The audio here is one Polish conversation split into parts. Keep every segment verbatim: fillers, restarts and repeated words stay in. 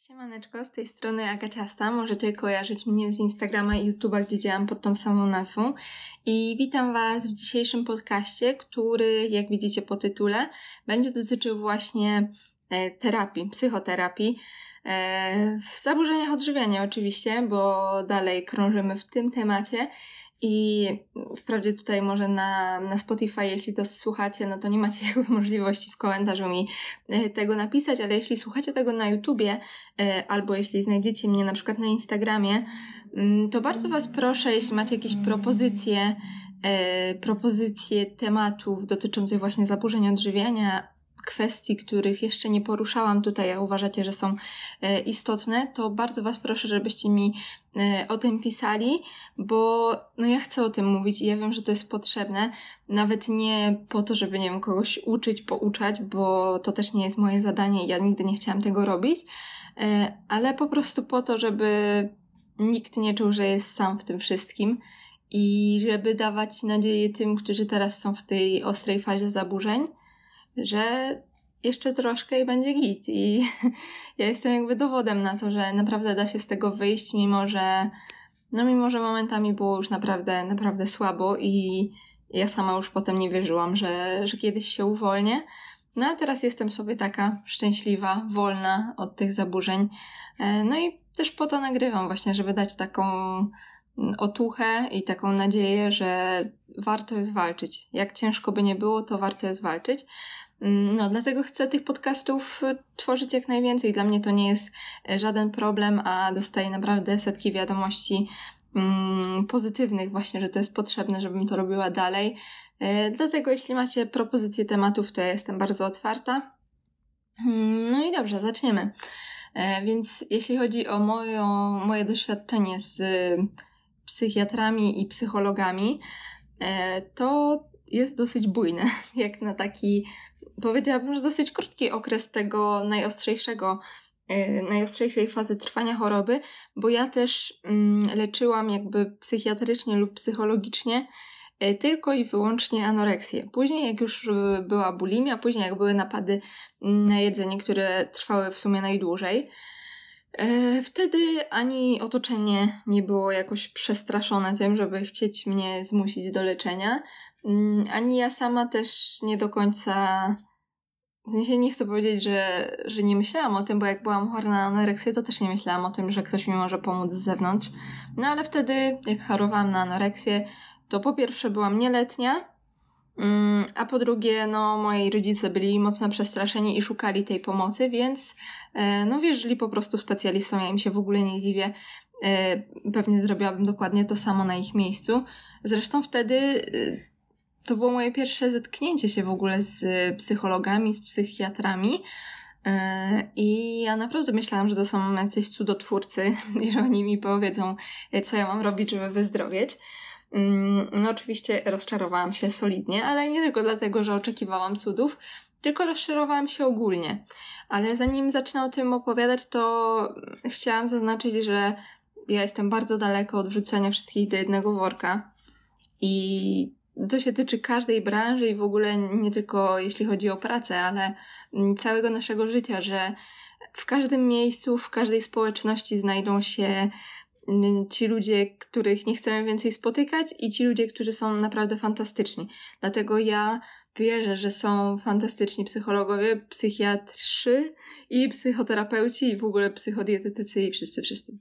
Siemaneczko, z tej strony Aga Ciasta. Możecie kojarzyć mnie z Instagrama i YouTube'a, gdzie działam pod tą samą nazwą. I witam Was w dzisiejszym podcaście, który, jak widzicie po tytule, będzie dotyczył właśnie e, terapii, psychoterapii. E, w zaburzeniach odżywiania oczywiście, bo dalej krążymy w tym temacie. I wprawdzie tutaj może na, na Spotify, jeśli to słuchacie, no to nie macie jakby możliwości w komentarzu mi tego napisać, ale jeśli słuchacie tego na YouTubie, albo jeśli znajdziecie mnie na przykład na Instagramie, to bardzo Was proszę, jeśli macie jakieś propozycje, propozycje tematów dotyczących właśnie zaburzeń odżywiania, kwestii, których jeszcze nie poruszałam tutaj, a uważacie, że są e, istotne, to bardzo Was proszę, żebyście mi e, o tym pisali, bo no ja chcę o tym mówić i ja wiem, że to jest potrzebne, nawet nie po to, żeby, nie wiem, kogoś uczyć, pouczać, bo to też nie jest moje zadanie i ja nigdy nie chciałam tego robić, e, ale po prostu po to, żeby nikt nie czuł, że jest sam w tym wszystkim i żeby dawać nadzieję tym, którzy teraz są w tej ostrej fazie zaburzeń, że jeszcze troszkę i będzie git. I ja jestem jakby dowodem na to, że naprawdę da się z tego wyjść, mimo że no mimo, że momentami było już naprawdę, naprawdę słabo i ja sama już potem nie wierzyłam, że, że kiedyś się uwolnię. No a teraz jestem sobie taka szczęśliwa, wolna od tych zaburzeń. No i też po to nagrywam właśnie, żeby dać taką otuchę i taką nadzieję, że warto jest walczyć. Jak ciężko by nie było, to warto jest walczyć. No, dlatego chcę tych podcastów tworzyć jak najwięcej. Dla mnie to nie jest żaden problem, a dostaję naprawdę setki wiadomości mm, pozytywnych właśnie, że to jest potrzebne, żebym to robiła dalej. E, dlatego jeśli macie propozycje tematów, to ja jestem bardzo otwarta. No i dobrze, zaczniemy. E, więc jeśli chodzi o moją, moje doświadczenie z psychiatrami i psychologami, e, to jest dosyć bujne, jak na taki, powiedziałabym, że dosyć krótki okres tego najostrzejszego, yy, najostrzejszej fazy trwania choroby, bo ja też yy, leczyłam jakby psychiatrycznie lub psychologicznie yy, tylko i wyłącznie anoreksję. Później jak już yy, była bulimia, później jak były napady yy, na jedzenie, które trwały w sumie najdłużej, yy, wtedy ani otoczenie nie było jakoś przestraszone tym, żeby chcieć mnie zmusić do leczenia, ani ja sama też nie do końca, w sensie nie chcę powiedzieć, że, że nie myślałam o tym, bo jak byłam chora na anoreksję, to też nie myślałam o tym, że ktoś mi może pomóc z zewnątrz. No ale wtedy, jak chorowałam na anoreksję, to po pierwsze byłam nieletnia, a po drugie, no moi rodzice byli mocno przestraszeni i szukali tej pomocy, więc no wierzyli po prostu specjalistom, ja im się w ogóle nie dziwię. Pewnie zrobiłabym dokładnie to samo na ich miejscu. Zresztą wtedy to było moje pierwsze zetknięcie się w ogóle z psychologami, z psychiatrami i ja naprawdę myślałam, że to są jacyś cudotwórcy i że oni mi powiedzą, co ja mam robić, żeby wyzdrowieć. No oczywiście rozczarowałam się solidnie, ale nie tylko dlatego, że oczekiwałam cudów, tylko rozczarowałam się ogólnie. Ale zanim zacznę o tym opowiadać, to chciałam zaznaczyć, że ja jestem bardzo daleko od wrzucenia wszystkich do jednego worka i to się tyczy każdej branży i w ogóle nie tylko jeśli chodzi o pracę, ale całego naszego życia, że w każdym miejscu, w każdej społeczności znajdą się ci ludzie, których nie chcemy więcej spotykać i ci ludzie, którzy są naprawdę fantastyczni. Dlatego ja wierzę, że są fantastyczni psychologowie, psychiatrzy i psychoterapeuci i w ogóle psychodietetycy i wszyscy, wszyscy.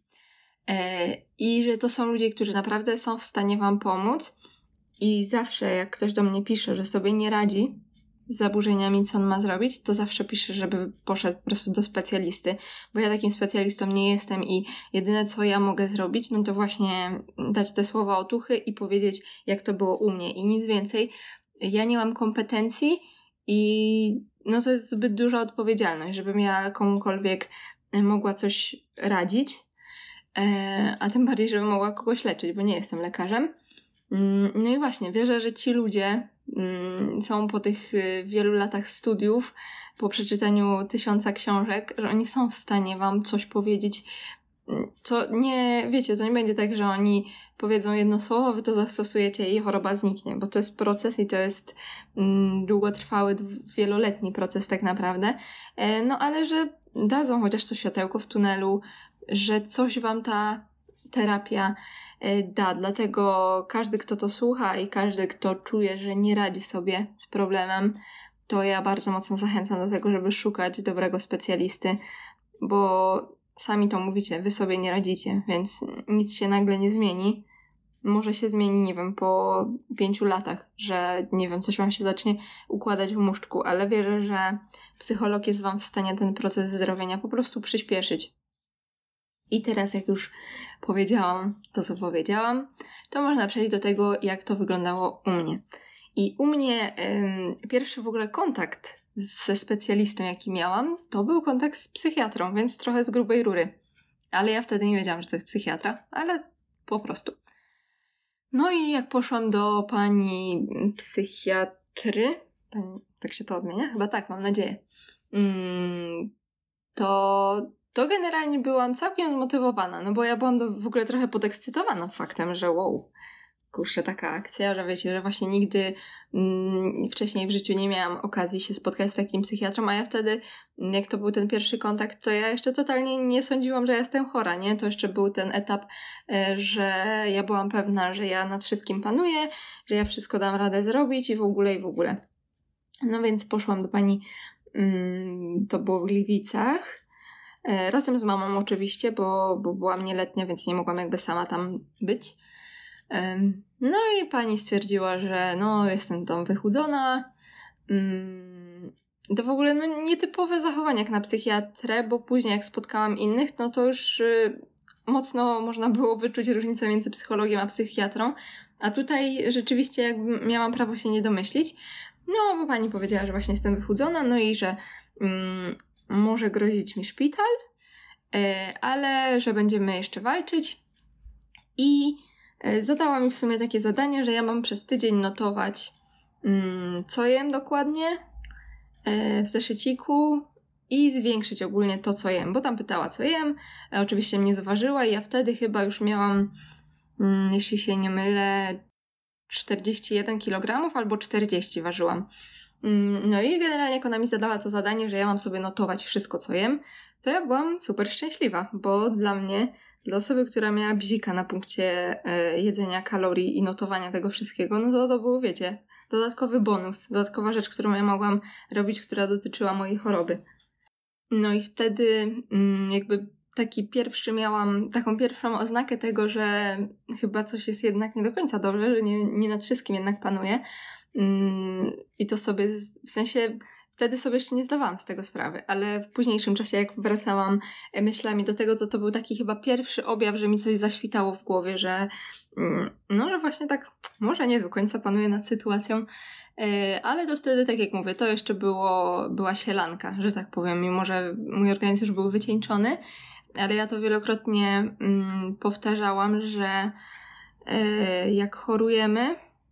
I że to są ludzie, którzy naprawdę są w stanie Wam pomóc i zawsze jak ktoś do mnie pisze, że sobie nie radzi z zaburzeniami, co on ma zrobić, to zawsze pisze, żeby poszedł po prostu do specjalisty, bo ja takim specjalistą nie jestem i jedyne co ja mogę zrobić, no to właśnie dać te słowa otuchy i powiedzieć, jak to było u mnie i nic więcej. Ja nie mam kompetencji i no to jest zbyt duża odpowiedzialność, żebym ja komukolwiek mogła coś radzić, a tym bardziej, żebym mogła kogoś leczyć, bo nie jestem lekarzem. No i właśnie, wierzę, że ci ludzie są po tych wielu latach studiów, po przeczytaniu tysiąca książek, że oni są w stanie Wam coś powiedzieć co nie, wiecie, to nie będzie tak, że oni powiedzą jedno słowo, wy to zastosujecie i choroba zniknie, bo to jest proces i to jest mm, długotrwały, wieloletni proces tak naprawdę. E, no ale że dadzą chociaż to światełko w tunelu, że coś wam ta terapia e, da. Dlatego każdy, kto to słucha i każdy, kto czuje, że nie radzi sobie z problemem, to ja bardzo mocno zachęcam do tego, żeby szukać dobrego specjalisty, bo sami to mówicie, wy sobie nie radzicie, więc nic się nagle nie zmieni. Może się zmieni, nie wiem, po pięciu latach, że, nie wiem, coś wam się zacznie układać w muszczku, ale wierzę, że psycholog jest wam w stanie ten proces zdrowienia po prostu przyspieszyć. I teraz, jak już powiedziałam to, co powiedziałam, to można przejść do tego, jak to wyglądało u mnie. I u mnie ym, pierwszy w ogóle kontakt ze specjalistą, jaki miałam, to był kontakt z psychiatrą, więc trochę z grubej rury. Ale ja wtedy nie wiedziałam, że to jest psychiatra, ale po prostu. No i jak poszłam do pani psychiatry, pani, tak się to odmienia? Chyba tak, mam nadzieję. Mm, to, to generalnie byłam całkiem zmotywowana, no bo ja byłam do, w ogóle trochę podekscytowana faktem, że wow, kurczę, taka akcja, że wiecie, że właśnie nigdy mm, wcześniej w życiu nie miałam okazji się spotkać z takim psychiatrą, a ja wtedy, jak to był ten pierwszy kontakt, to ja jeszcze totalnie nie sądziłam, że ja jestem chora, nie? To jeszcze był ten etap, że ja byłam pewna, że ja nad wszystkim panuję, że ja wszystko dam radę zrobić i w ogóle, i w ogóle. No więc poszłam do pani, mm, to było w Gliwicach, razem z mamą oczywiście, bo, bo byłam nieletnia, więc nie mogłam jakby sama tam być. No i pani stwierdziła, że no jestem tam wychudzona. To w ogóle no nietypowe zachowanie jak na psychiatrę, bo później jak spotkałam innych, no to już mocno można było wyczuć różnicę między psychologiem a psychiatrą, a tutaj rzeczywiście jakby miałam prawo się nie domyślić. No bo pani powiedziała, że właśnie jestem wychudzona, no i że mm, może grozić mi szpital, ale że będziemy jeszcze walczyć i zadała mi w sumie takie zadanie, że ja mam przez tydzień notować mm, co jem dokładnie e, w zeszyciku i zwiększyć ogólnie to, co jem, bo tam pytała, co jem. E, oczywiście mnie zważyła i ja wtedy chyba już miałam, mm, jeśli się nie mylę, czterdzieści jeden kilogramów albo czterdzieści ważyłam. Mm, no i generalnie jak ona mi zadała to zadanie, że ja mam sobie notować wszystko, co jem, to ja byłam super szczęśliwa, bo dla mnie, dla osoby, która miała bzika na punkcie e, jedzenia kalorii i notowania tego wszystkiego, no to to był, wiecie, dodatkowy bonus, dodatkowa rzecz, którą ja mogłam robić, która dotyczyła mojej choroby. No i wtedy mm, jakby taki pierwszy miałam, taką pierwszą oznakę tego, że chyba coś jest jednak nie do końca dobrze, że nie, nie nad wszystkim jednak panuje. Mm, I to sobie, w sensie wtedy sobie jeszcze nie zdawałam z tego sprawy, ale w późniejszym czasie, jak wracałam myślami do tego, to to był taki chyba pierwszy objaw, że mi coś zaświtało w głowie, że no, że właśnie tak może nie do końca panuję nad sytuacją, ale to wtedy, tak jak mówię, to jeszcze było, była sielanka, że tak powiem, mimo że mój organizm już był wycieńczony, ale ja to wielokrotnie mm, powtarzałam, że y, jak chorujemy,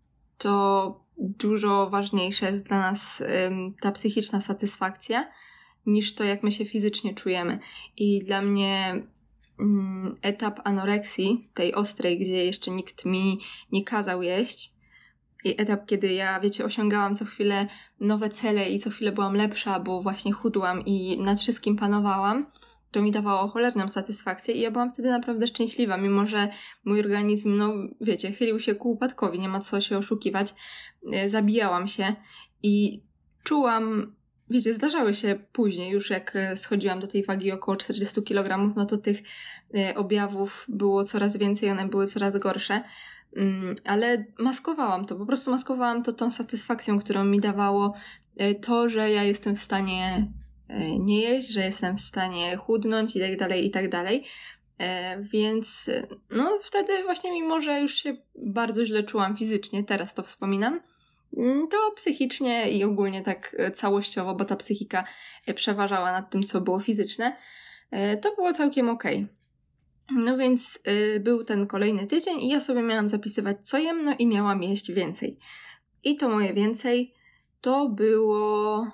to dużo ważniejsza jest dla nas ym, ta psychiczna satysfakcja niż to, jak my się fizycznie czujemy. I dla mnie ym, etap anoreksji, tej ostrej, gdzie jeszcze nikt mi nie kazał jeść, i etap, kiedy ja, wiecie, osiągałam co chwilę nowe cele i co chwilę byłam lepsza, bo właśnie chudłam i nad wszystkim panowałam, to mi dawało cholerną satysfakcję i ja byłam wtedy naprawdę szczęśliwa, mimo że mój organizm, no wiecie, chylił się ku upadkowi, nie ma co się oszukiwać. Zabijałam się i czułam, wiecie, zdarzały się później, już jak schodziłam do tej wagi około czterdzieści kilogramów, no to tych objawów było coraz więcej, one były coraz gorsze, ale maskowałam to, po prostu maskowałam to tą satysfakcją, którą mi dawało to, że ja jestem w stanie nie jeść, że jestem w stanie chudnąć i tak dalej, i tak dalej. E, więc no wtedy właśnie, mimo że już się bardzo źle czułam fizycznie, teraz to wspominam, to psychicznie i ogólnie tak całościowo, bo ta psychika przeważała nad tym, co było fizyczne, e, to było całkiem okej. No więc y, był ten kolejny tydzień i ja sobie miałam zapisywać, co jem, no i miałam jeść więcej. I to moje więcej to było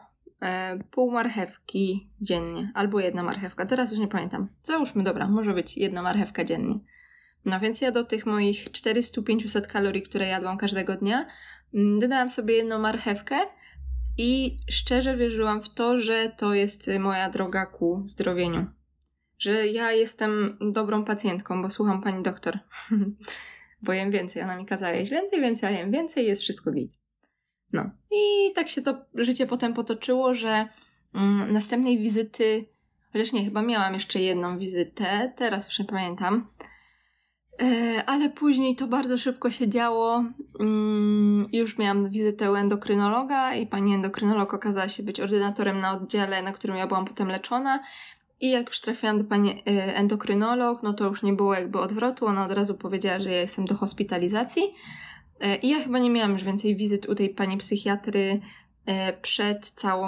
e, pół marchewki dziennie, albo jedna marchewka, teraz już nie pamiętam. Załóżmy, dobra, może być jedna marchewka dziennie. No więc ja do tych moich czterysta do pięciuset kalorii, które jadłam każdego dnia, dodałam sobie jedną marchewkę i szczerze wierzyłam w to, że to jest moja droga ku zdrowieniu. Że ja jestem dobrą pacjentką, bo słucham pani doktor. Bo jem więcej, ona mi kazała jeść więcej, więc ja jem więcej i jest wszystko git. No. I tak się to życie potem potoczyło, że mm, następnej wizyty, chociaż nie, chyba miałam jeszcze jedną wizytę, teraz już nie pamiętam, e, ale później to bardzo szybko się działo. Mm, już miałam wizytę u endokrynologa i pani endokrynolog okazała się być ordynatorem na oddziale, na którym ja byłam potem leczona. I jak już trafiłam do pani endokrynolog, no to już nie było jakby odwrotu. Ona od razu powiedziała, że ja jestem do hospitalizacji. I ja chyba nie miałam już więcej wizyt u tej pani psychiatry przed całą,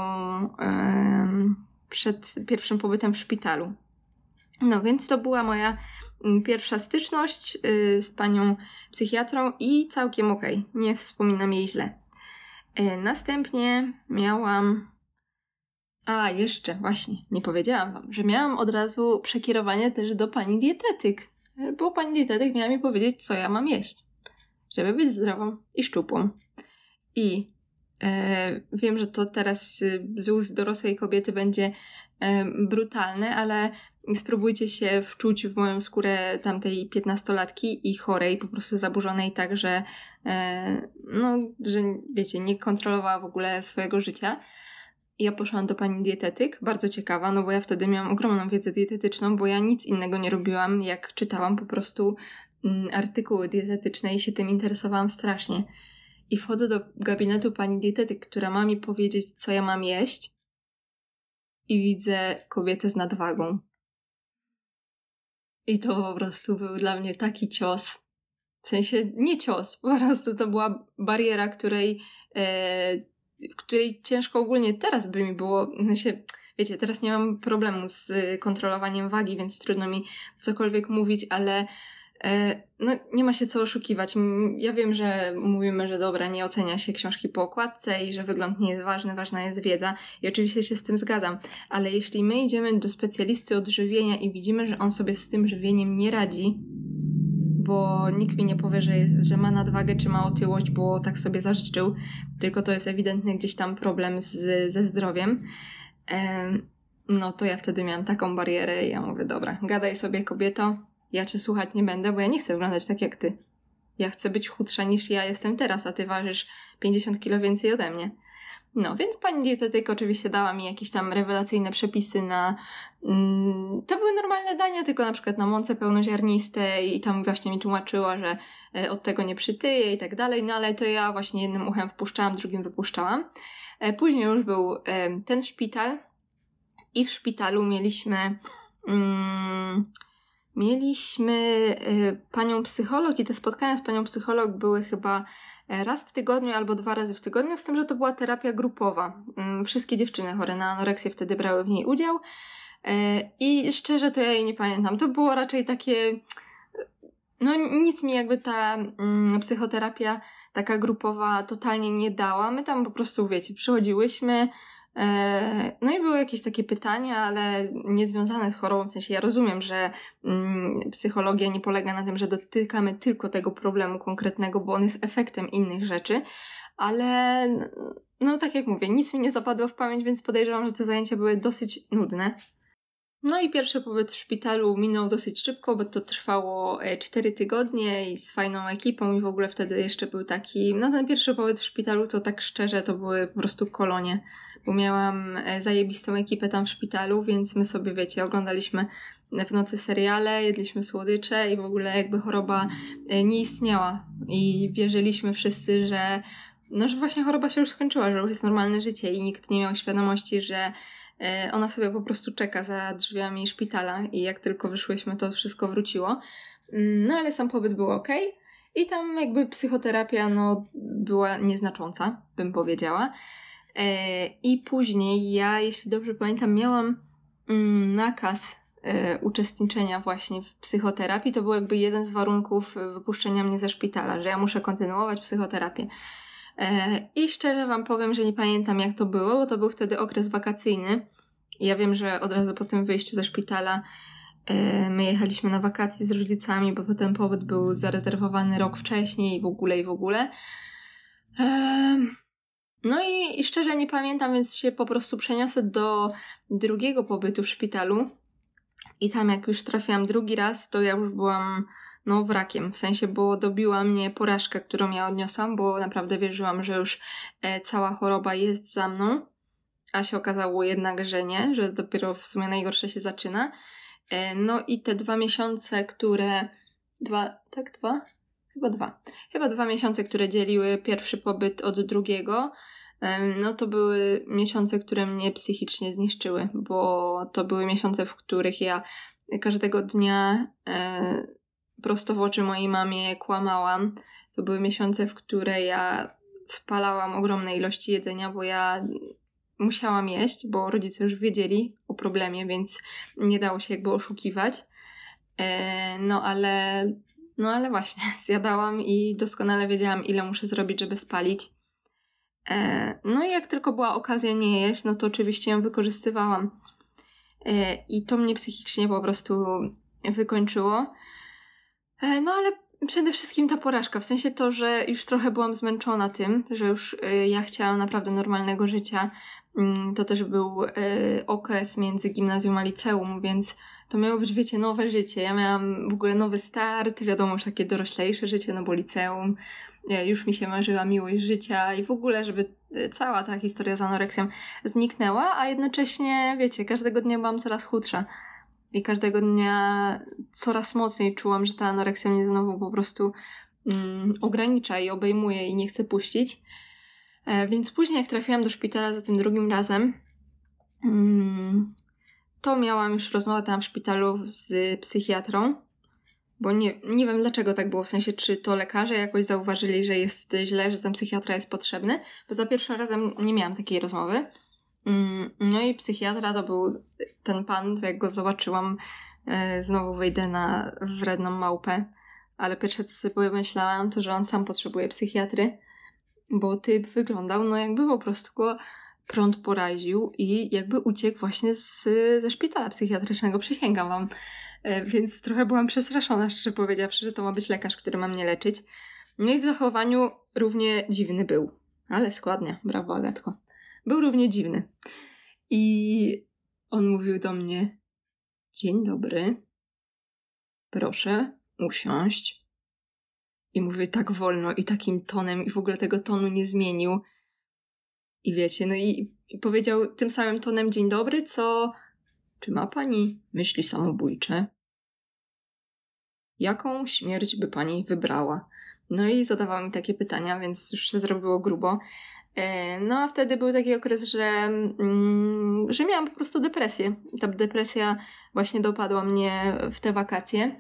przed pierwszym pobytem w szpitalu. No więc to była moja pierwsza styczność z panią psychiatrą i całkiem okej. Nie wspominam jej źle. Następnie miałam... A, jeszcze, właśnie, nie powiedziałam wam, że miałam od razu przekierowanie też do pani dietetyk, bo pani dietetyk miała mi powiedzieć, co ja mam jeść, żeby być zdrową i szczupłą. I e, wiem, że to teraz z ust dorosłej kobiety będzie e, brutalne, ale spróbujcie się wczuć w moją skórę tamtej piętnastolatki i chorej, po prostu zaburzonej tak, że e, no, że wiecie, nie kontrolowała w ogóle swojego życia. I ja poszłam do pani dietetyk, bardzo ciekawa, no bo ja wtedy miałam ogromną wiedzę dietetyczną, bo ja nic innego nie robiłam, jak czytałam po prostu mm, artykuły dietetyczne i się tym interesowałam strasznie. I wchodzę do gabinetu pani dietetyk, która ma mi powiedzieć, co ja mam jeść i widzę kobietę z nadwagą. I to po prostu był dla mnie taki cios. W sensie nie cios, po prostu to była bariera, której... E, której ciężko ogólnie teraz by mi było, no się, wiecie, teraz nie mam problemu z kontrolowaniem wagi, więc trudno mi cokolwiek mówić, ale e, no nie ma się co oszukiwać. Ja wiem, że mówimy, że dobra, nie ocenia się książki po okładce i że wygląd nie jest ważny, ważna jest wiedza i oczywiście się z tym zgadzam, ale jeśli my idziemy do specjalisty od żywienia i widzimy, że on sobie z tym żywieniem nie radzi, bo nikt mi nie powie, że, jest, że ma nadwagę czy ma otyłość, bo tak sobie zażyczył, tylko to jest ewidentny gdzieś tam problem z, ze zdrowiem. Ehm, no to ja wtedy miałam taką barierę i ja mówię, dobra, gadaj sobie kobieto, ja cię słuchać nie będę, bo ja nie chcę wyglądać tak jak ty. Ja chcę być chudsza niż ja jestem teraz, a ty ważysz pięćdziesiąt kilo więcej ode mnie. No, więc pani dietetyk oczywiście dała mi jakieś tam rewelacyjne przepisy na... Mm, to były normalne dania, tylko na przykład na mące pełnoziarnistej i tam właśnie mi tłumaczyła, że e, od tego nie przytyję i tak dalej, no ale to ja właśnie jednym uchem wpuszczałam, drugim wypuszczałam. E, później już był e, ten szpital i w szpitalu mieliśmy... Mm, mieliśmy e, panią psycholog i te spotkania z panią psycholog były chyba raz w tygodniu albo dwa razy w tygodniu, z tym, że to była terapia grupowa. Wszystkie dziewczyny chore na anoreksję wtedy brały w niej udział i szczerze to ja jej nie pamiętam. To było raczej takie... No nic mi jakby ta mm, psychoterapia taka grupowa totalnie nie dała. My tam po prostu, wiecie, przychodziłyśmy, no i były jakieś takie pytania, ale niezwiązane z chorobą, w sensie ja rozumiem, że mm, psychologia nie polega na tym, że dotykamy tylko tego problemu konkretnego, bo on jest efektem innych rzeczy, ale no tak jak mówię, nic mi nie zapadło w pamięć, więc podejrzewam, że te zajęcia były dosyć nudne. No i pierwszy pobyt w szpitalu minął dosyć szybko, bo to trwało cztery tygodnie i z fajną ekipą i w ogóle wtedy jeszcze był taki... No ten pierwszy pobyt w szpitalu to tak szczerze to były po prostu kolonie, bo miałam zajebistą ekipę tam w szpitalu, więc my sobie, wiecie, oglądaliśmy w nocy seriale, jedliśmy słodycze i w ogóle jakby choroba nie istniała i wierzyliśmy wszyscy, że no, że właśnie choroba się już skończyła, że już jest normalne życie i nikt nie miał świadomości, że ona sobie po prostu czeka za drzwiami szpitala i jak tylko wyszłyśmy, to wszystko wróciło. No ale sam pobyt był okej i tam jakby psychoterapia no, była nieznacząca, bym powiedziała. I później ja, jeśli dobrze pamiętam, miałam nakaz uczestniczenia właśnie w psychoterapii. To był jakby jeden z warunków wypuszczenia mnie ze szpitala, że ja muszę kontynuować psychoterapię. I szczerze wam powiem, że nie pamiętam jak to było, bo to był wtedy okres wakacyjny. Ja wiem, że od razu po tym wyjściu ze szpitala my jechaliśmy na wakacje z rodzicami, bo ten pobyt był zarezerwowany rok wcześniej i w ogóle, i w ogóle. No i, i szczerze nie pamiętam, więc się po prostu przeniosę do drugiego pobytu w szpitalu. I tam jak już trafiłam drugi raz, to ja już byłam no wrakiem. W sensie, bo dobiła mnie porażka, którą ja odniosłam, bo naprawdę wierzyłam, że już e, cała choroba jest za mną. A się okazało jednak, że nie, że dopiero w sumie najgorsze się zaczyna. E, no i te dwa miesiące, które... Dwa... Tak? Dwa? Chyba dwa. Chyba dwa miesiące, które dzieliły pierwszy pobyt od drugiego, no to były miesiące, które mnie psychicznie zniszczyły, bo to były miesiące, w których ja każdego dnia e, prosto w oczy mojej mamie kłamałam. To były miesiące, w które ja spalałam ogromne ilości jedzenia, bo ja musiałam jeść, bo rodzice już wiedzieli o problemie, więc nie dało się jakby oszukiwać. E, no ale... No ale właśnie, zjadałam i doskonale wiedziałam, ile muszę zrobić, żeby spalić. E, no i jak tylko była okazja nie jeść, no to oczywiście ją wykorzystywałam. E, I to mnie psychicznie po prostu wykończyło. E, no ale przede wszystkim ta porażka, w sensie to, że już trochę byłam zmęczona tym, że już y, ja chciałam naprawdę normalnego życia. Y, to też był y, okres między gimnazjum a liceum, więc to miało być, wiecie, nowe życie. Ja miałam w ogóle nowy start, wiadomo, już takie doroślejsze życie, no bo liceum, y, już mi się marzyła miłość życia i w ogóle, żeby y, cała ta historia z anoreksją zniknęła, a jednocześnie, wiecie, każdego dnia byłam coraz chudsza. I każdego dnia coraz mocniej czułam, że ta anoreksja mnie znowu po prostu mm, ogranicza i obejmuje i nie chce puścić. E, więc później jak trafiłam do szpitala za tym drugim razem, mm, to miałam już rozmowę tam w szpitalu z psychiatrą, bo nie, nie wiem dlaczego tak było, w sensie czy to lekarze jakoś zauważyli, że jest źle, że ten psychiatra jest potrzebny, bo za pierwszym razem nie miałam takiej rozmowy. No i psychiatra to był ten pan, jak go zobaczyłam, e, znowu wyjdę na wredną małpę, ale pierwsze co sobie pomyślałam, to że on sam potrzebuje psychiatry, bo typ wyglądał, no jakby po prostu go prąd poraził i jakby uciekł właśnie z, ze szpitala psychiatrycznego, przysięgam wam. E, więc trochę byłam przestraszona, szczerze powiedziawszy, że to ma być lekarz, który ma mnie leczyć. No i w zachowaniu równie dziwny był, ale składnie, brawo Agatko. Był równie dziwny. I on mówił do mnie: dzień dobry, proszę usiąść. I mówił tak wolno i takim tonem i w ogóle tego tonu nie zmienił. I wiecie, no i, i powiedział tym samym tonem dzień dobry, co... Czy ma pani myśli samobójcze? Jaką śmierć by pani wybrała? No i zadawała mi takie pytania, więc już się zrobiło grubo. No a wtedy był taki okres, że, mm, że miałam po prostu depresję. Ta depresja właśnie dopadła mnie w te wakacje.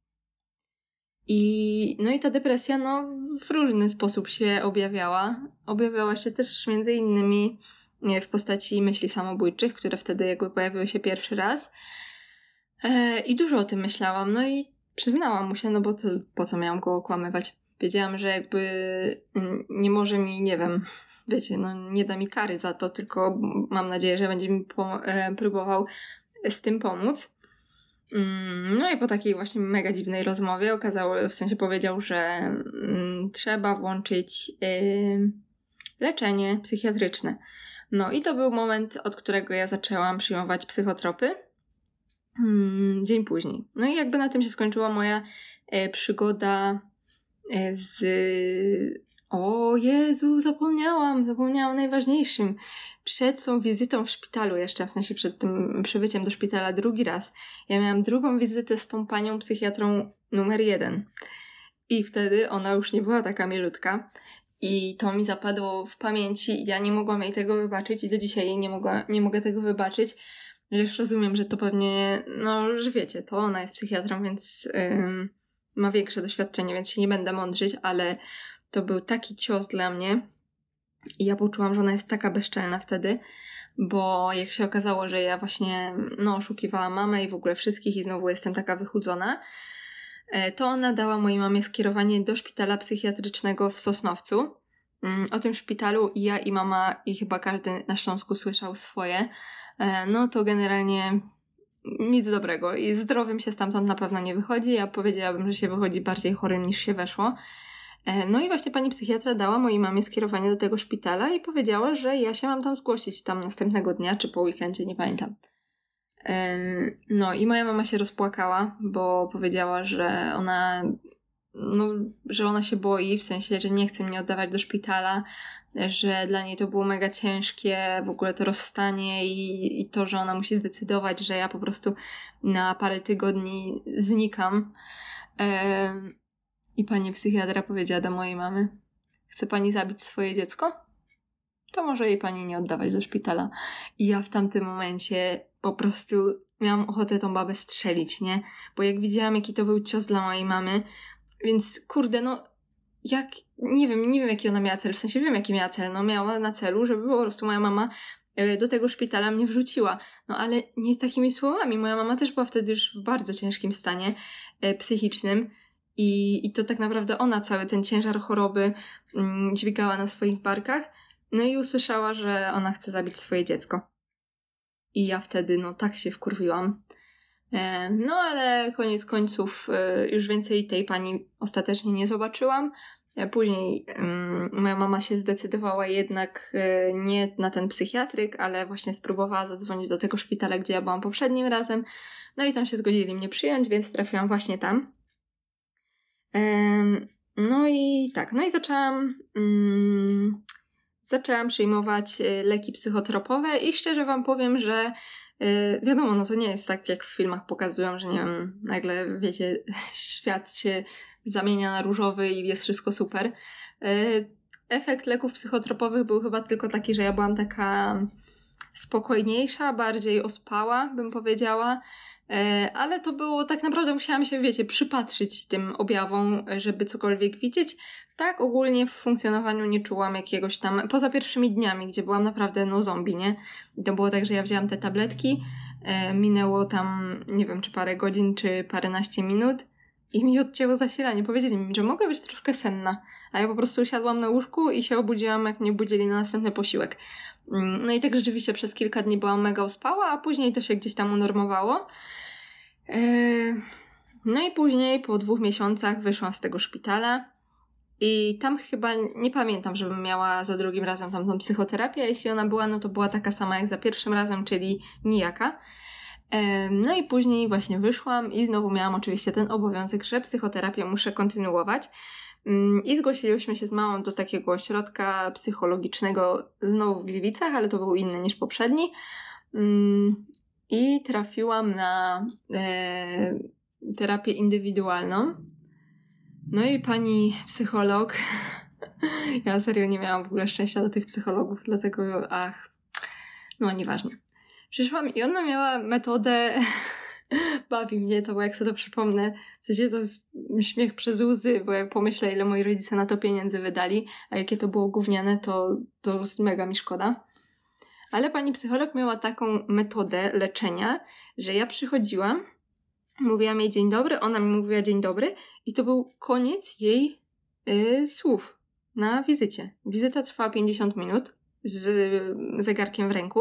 I, no i ta depresja no, w różny sposób się objawiała. Objawiała się też między innymi nie, w postaci myśli samobójczych, które wtedy jakby pojawiły się pierwszy raz. E, I dużo o tym myślałam. No i przyznałam mu się, no bo co, po co miałam go okłamywać? Wiedziałam, że jakby nie może mi, nie wiem... Wiecie, no nie da mi kary za to, tylko mam nadzieję, że będzie mi pom- e, próbował z tym pomóc. Mm, no i po takiej właśnie mega dziwnej rozmowie okazało, w sensie powiedział, że mm, trzeba włączyć y, leczenie psychiatryczne. No i to był moment, od którego ja zaczęłam przyjmować psychotropy. Mm, dzień później. No i jakby na tym się skończyła moja y, przygoda y, z... O Jezu, zapomniałam, zapomniałam o najważniejszym. Przed tą wizytą w szpitalu jeszcze, w sensie przed tym przybyciem do szpitala drugi raz, ja miałam drugą wizytę z tą panią psychiatrą numer jeden. I wtedy ona już nie była taka milutka. I to mi zapadło w pamięci i ja nie mogłam jej tego wybaczyć i do dzisiaj jej nie, mogła, nie mogę tego wybaczyć. Już rozumiem, że to pewnie, no, że wiecie, to ona jest psychiatrą, więc ym, ma większe doświadczenie, więc się nie będę mądrzyć, ale to był taki cios dla mnie i ja poczułam, że ona jest taka bezczelna wtedy, bo jak się okazało, że ja właśnie no, oszukiwałam mamę i w ogóle wszystkich i znowu jestem taka wychudzona, to ona dała mojej mamie skierowanie do szpitala psychiatrycznego w Sosnowcu, o tym szpitalu i ja i mama i chyba każdy na Śląsku słyszał swoje, no to generalnie nic dobrego i zdrowym się stamtąd na pewno nie wychodzi. Ja powiedziałabym, że się wychodzi bardziej chorym niż się weszło. No i właśnie pani psychiatra dała mojej mamie skierowanie do tego szpitala i powiedziała, że ja się mam tam zgłosić tam następnego dnia, czy po weekendzie, nie pamiętam. No i moja mama się rozpłakała, bo powiedziała, że ona, no, że ona się boi, w sensie, że nie chce mnie oddawać do szpitala, że dla niej to było mega ciężkie, w ogóle to rozstanie i, i to, że ona musi zdecydować, że ja po prostu na parę tygodni znikam. I pani psychiatra powiedziała do mojej mamy: chce pani zabić swoje dziecko? To może jej pani nie oddawać do szpitala. I ja w tamtym momencie po prostu miałam ochotę tą babę strzelić, nie? Bo jak widziałam, jaki to był cios dla mojej mamy, więc kurde, no jak, nie wiem, nie wiem jaki ona miała cel, w sensie wiem jaki miała cel, no miała na celu, żeby po prostu moja mama do tego szpitala mnie wrzuciła. No ale nie takimi słowami. Moja mama też była wtedy już w bardzo ciężkim stanie e, psychicznym i, i to tak naprawdę ona cały ten ciężar choroby mm, dźwigała na swoich barkach. No i usłyszała, że ona chce zabić swoje dziecko. I ja wtedy no tak się wkurwiłam. E, no ale koniec końców e, już więcej tej pani ostatecznie nie zobaczyłam. Później um, moja mama się zdecydowała jednak e, nie na ten psychiatryk, ale właśnie spróbowała zadzwonić do tego szpitala, gdzie ja byłam poprzednim razem. No i tam się zgodzili mnie przyjąć, więc trafiłam właśnie tam. E, no i tak, no i zaczęłam um, zaczęłam przyjmować leki psychotropowe i szczerze wam powiem, że e, wiadomo, no to nie jest tak, jak w filmach pokazują, że nie wiem, nagle wiecie, świat się zamienia na różowy i jest wszystko super. Efekt leków psychotropowych był chyba tylko taki, że ja byłam taka spokojniejsza, bardziej ospała, bym powiedziała, ale to było tak naprawdę, musiałam się, wiecie, przypatrzyć tym objawom, żeby cokolwiek widzieć. Tak ogólnie w funkcjonowaniu nie czułam jakiegoś tam, poza pierwszymi dniami, gdzie byłam naprawdę no zombie, nie? I to było tak, że ja wzięłam te tabletki, minęło tam, nie wiem, czy parę godzin, czy paręnaście minut, i mi odcięło zasilanie. Powiedzieli mi, że mogę być troszkę senna. A ja po prostu usiadłam na łóżku i się obudziłam, jak mnie budzili na następny posiłek. No i tak rzeczywiście przez kilka dni byłam mega ospała, a później to się gdzieś tam unormowało. No i później po dwóch miesiącach wyszłam z tego szpitala i tam chyba nie pamiętam, żebym miała za drugim razem tam tą psychoterapię. A jeśli ona była, no to była taka sama jak za pierwszym razem, czyli nijaka. No i później właśnie wyszłam i znowu miałam oczywiście ten obowiązek, że psychoterapię muszę kontynuować. I zgłosiliśmy się z mamą do takiego ośrodka psychologicznego znowu w Gliwicach, ale to był inny niż poprzedni. I trafiłam na e, terapię indywidualną. No i pani psycholog, ja serio nie miałam w ogóle szczęścia do tych psychologów, dlatego ach, no nieważne. Przyszłam i ona miała metodę, bawi mnie to, bo jak sobie to przypomnę, w sensie to jest śmiech przez łzy, bo jak pomyślę, ile moi rodzice na to pieniędzy wydali, a jakie to było gówniane, to, to mega mi szkoda. Ale pani psycholog miała taką metodę leczenia, że ja przychodziłam, mówiłam jej dzień dobry, ona mi mówiła dzień dobry i to był koniec jej yy, słów na wizycie. Wizyta trwała pięćdziesiąt minut z zegarkiem w ręku.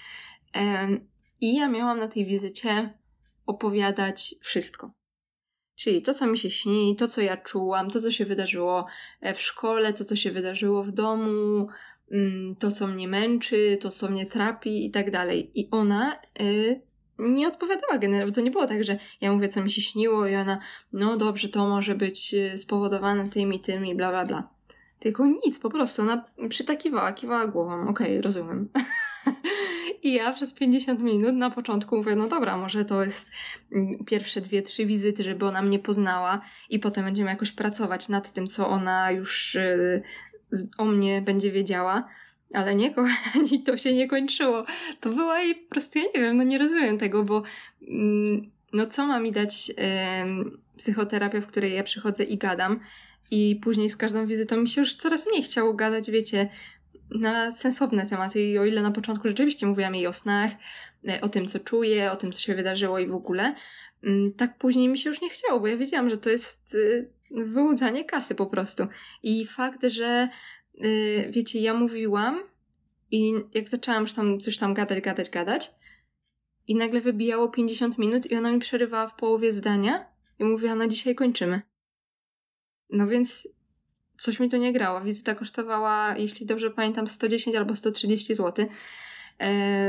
I ja miałam na tej wizycie opowiadać wszystko. Czyli to, co mi się śni, to, co ja czułam, to, co się wydarzyło w szkole, to, co się wydarzyło w domu, to, co mnie męczy, to, co mnie trapi i tak dalej. I ona y, nie odpowiadała generalnie. To nie było tak, że ja mówię, co mi się śniło i ona, no dobrze, to może być spowodowane tym i tym i bla, bla, bla. Tylko nic, po prostu ona przytakiwała, kiwała głową. Okej, okay, rozumiem. I ja przez pięćdziesiąt minut na początku mówię, no dobra, może to jest pierwsze dwie, trzy wizyty, żeby ona mnie poznała i potem będziemy jakoś pracować nad tym, co ona już y, o mnie będzie wiedziała. Ale nie, kochani, to się nie kończyło. To była jej po prostu, ja nie wiem, no nie rozumiem tego, bo mm, no co ma mi dać y, psychoterapia, w której ja przychodzę i gadam i później z każdą wizytą mi się już coraz mniej chciało gadać, wiecie, na sensowne tematy i o ile na początku rzeczywiście mówiłam jej o snach, o tym, co czuję, o tym, co się wydarzyło i w ogóle, tak później mi się już nie chciało, bo ja wiedziałam, że to jest wyłudzanie kasy po prostu. I fakt, że yy, wiecie, ja mówiłam i jak zaczęłam już tam coś tam gadać, gadać, gadać i nagle wybijało pięćdziesiąt minut i ona mi przerywała w połowie zdania i mówiła, na dzisiaj kończymy. No więc coś mi tu nie grało. Wizyta kosztowała, jeśli dobrze pamiętam, sto dziesięć albo sto trzydzieści złotych. Yy,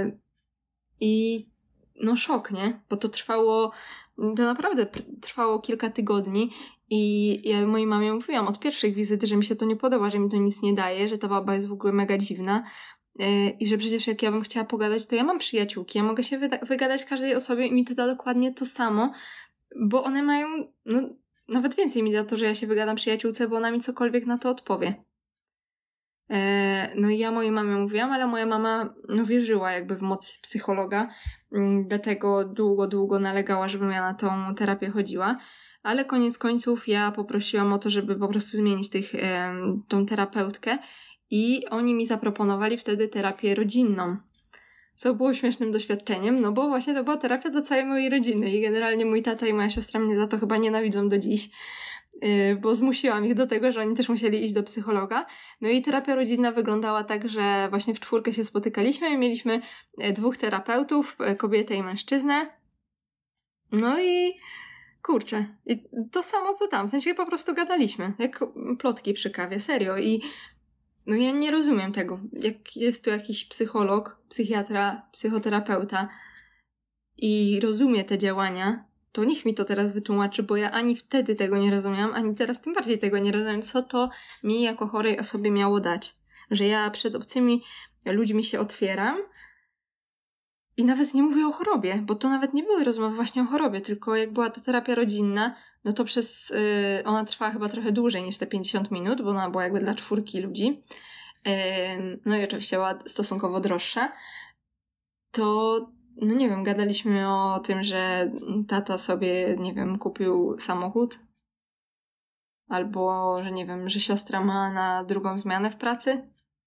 I no szok, nie? Bo to trwało, to naprawdę trwało kilka tygodni i ja mojej mamie mówiłam od pierwszych wizyt, że mi się to nie podoba, że mi to nic nie daje, że ta baba jest w ogóle mega dziwna yy, i że przecież jak ja bym chciała pogadać, to ja mam przyjaciółki, ja mogę się wyda- wygadać każdej osobie i mi to da dokładnie to samo, bo one mają, no nawet więcej mi da to, że ja się wygadam przyjaciółce, bo ona mi cokolwiek na to odpowie. No i ja mojej mamie mówiłam, ale moja mama no, wierzyła jakby w moc psychologa, dlatego długo, długo nalegała, żebym ja na tą terapię chodziła, ale koniec końców ja poprosiłam o to, żeby po prostu zmienić tych, e, tą terapeutkę i oni mi zaproponowali wtedy terapię rodzinną, co było śmiesznym doświadczeniem, no bo właśnie to była terapia dla całej mojej rodziny i generalnie mój tata i moja siostra mnie za to chyba nienawidzą do dziś, bo zmusiłam ich do tego, że oni też musieli iść do psychologa. No i terapia rodzinna wyglądała tak, że właśnie w czwórkę się spotykaliśmy i mieliśmy dwóch terapeutów, kobietę i mężczyznę. No i kurczę, i to samo co tam, w sensie po prostu gadaliśmy, jak plotki przy kawie, serio. I no ja nie rozumiem tego, jak jest tu jakiś psycholog, psychiatra, psychoterapeuta i rozumie te działania, to niech mi to teraz wytłumaczy, bo ja ani wtedy tego nie rozumiałam, ani teraz tym bardziej tego nie rozumiem, co to mi jako chorej osobie miało dać. Że ja przed obcymi ludźmi się otwieram i nawet nie mówię o chorobie, bo to nawet nie były rozmowy właśnie o chorobie, tylko jak była ta terapia rodzinna, no to przez, yy, ona trwała chyba trochę dłużej niż te pięćdziesiąt minut, bo ona była jakby dla czwórki ludzi. Yy, no i oczywiście była stosunkowo droższa. To no nie wiem, gadaliśmy o tym, że tata sobie, nie wiem, kupił samochód. Albo, że nie wiem, że siostra ma na drugą zmianę w pracy.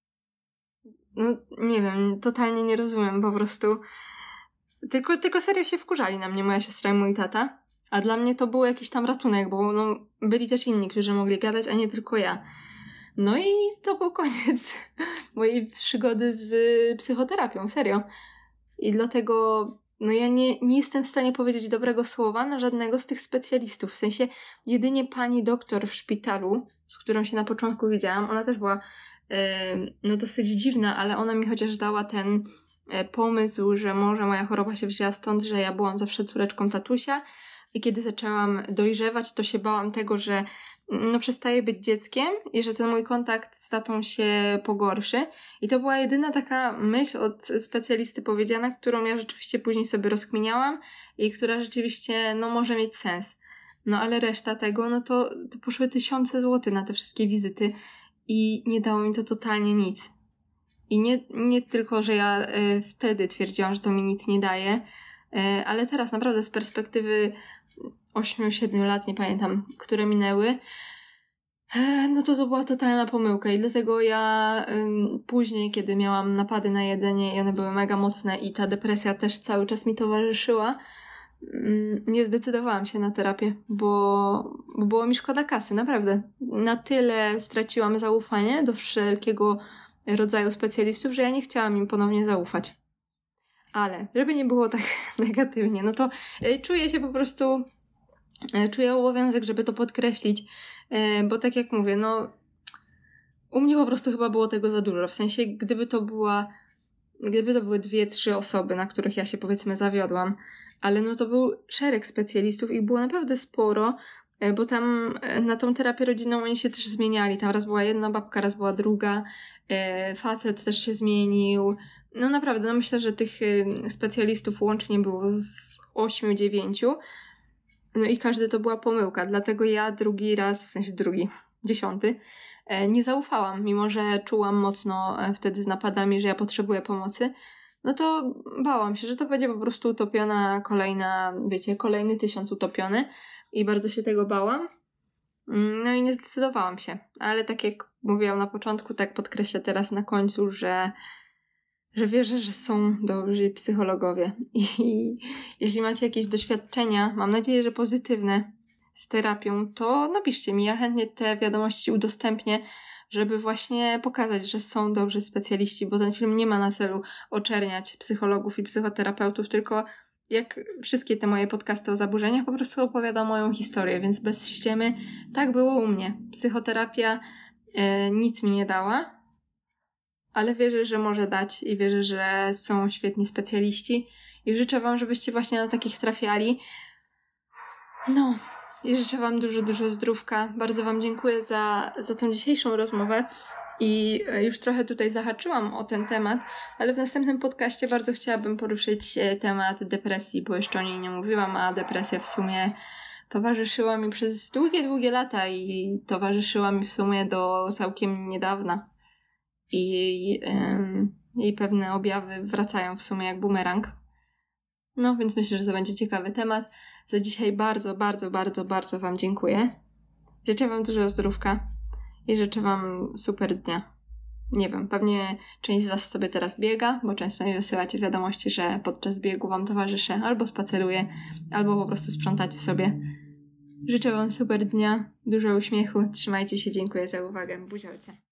No nie wiem, totalnie nie rozumiem po prostu. Tylko, tylko serio się wkurzali na mnie moja siostra i mój tata. A dla mnie to był jakiś tam ratunek, bo no, byli też inni, którzy mogli gadać, a nie tylko ja. No i to był koniec mojej przygody z psychoterapią, serio. I dlatego no ja nie, nie jestem w stanie powiedzieć dobrego słowa na żadnego z tych specjalistów. W sensie jedynie pani doktor w szpitalu, z którą się na początku widziałam, ona też była yy, no dosyć dziwna, ale ona mi chociaż dała ten yy, pomysł, że może moja choroba się wzięła stąd, że ja byłam zawsze córeczką tatusia i kiedy zaczęłam dojrzewać, to się bałam tego, że no przestaję być dzieckiem i że ten mój kontakt z tatą się pogorszy. I to była jedyna taka myśl od specjalisty powiedziana, którą ja rzeczywiście później sobie rozkminiałam i która rzeczywiście no może mieć sens. No ale reszta tego, no to, to poszły tysiące złotych na te wszystkie wizyty i nie dało mi to totalnie nic. I nie, nie tylko, że ja y, wtedy twierdziłam, że to mi nic nie daje, y, ale teraz naprawdę z perspektywy ośmiu siedmiu lat, nie pamiętam, które minęły, no to to była totalna pomyłka i dlatego ja ym, później, kiedy miałam napady na jedzenie i one były mega mocne i ta depresja też cały czas mi towarzyszyła, ym, nie zdecydowałam się na terapię, bo, bo było mi szkoda kasy, naprawdę. Na tyle straciłam zaufanie do wszelkiego rodzaju specjalistów, że ja nie chciałam im ponownie zaufać. Ale, żeby nie było tak negatywnie, no to y, czuję się po prostu... Czuję obowiązek, żeby to podkreślić, bo tak jak mówię, no u mnie po prostu chyba było tego za dużo. W sensie, gdyby to była, gdyby to były dwie, trzy osoby, na których ja się powiedzmy zawiodłam, ale no to był szereg specjalistów i było naprawdę sporo, bo tam na tą terapię rodzinną oni się też zmieniali. Tam raz była jedna babka, raz była druga, facet też się zmienił. No naprawdę, no myślę, że tych specjalistów łącznie było z ośmiu, dziewięciu. No i każdy to była pomyłka, dlatego ja drugi raz, w sensie drugi, dziesiąty, nie zaufałam, mimo że czułam mocno wtedy z napadami, że ja potrzebuję pomocy, no to bałam się, że to będzie po prostu utopiona kolejna, wiecie, kolejny tysiąc utopiony i bardzo się tego bałam. No i nie zdecydowałam się, ale tak jak mówiłam na początku, tak podkreślę teraz na końcu, że że wierzę, że są dobrzy psychologowie i jeśli macie jakieś doświadczenia, mam nadzieję, że pozytywne z terapią, to napiszcie mi, ja chętnie te wiadomości udostępnię, żeby właśnie pokazać, że są dobrzy specjaliści, bo ten film nie ma na celu oczerniać psychologów i psychoterapeutów, tylko jak wszystkie te moje podcasty o zaburzeniach, po prostu opowiada moją historię, więc bez ściemy tak było u mnie. Psychoterapia e, nic mi nie dała, ale wierzę, że może dać i wierzę, że są świetni specjaliści i życzę wam, żebyście właśnie na takich trafiali. No, i życzę wam dużo, dużo zdrówka. Bardzo wam dziękuję za, za tą dzisiejszą rozmowę i już trochę tutaj zahaczyłam o ten temat, ale w następnym podcaście bardzo chciałabym poruszyć temat depresji, bo jeszcze o niej nie mówiłam, a depresja w sumie towarzyszyła mi przez długie, długie lata i towarzyszyła mi w sumie do całkiem niedawna. I jej, ym, jej pewne objawy wracają w sumie jak bumerang. No, więc myślę, że to będzie ciekawy temat. Za dzisiaj bardzo, bardzo, bardzo, bardzo wam dziękuję. Życzę wam dużo zdrówka i życzę wam super dnia. Nie wiem, pewnie część z was sobie teraz biega, bo często mi wysyłacie wiadomości, że podczas biegu wam towarzyszę, albo spaceruję, albo po prostu sprzątacie sobie. Życzę wam super dnia, dużo uśmiechu, trzymajcie się, dziękuję za uwagę. Buziolce.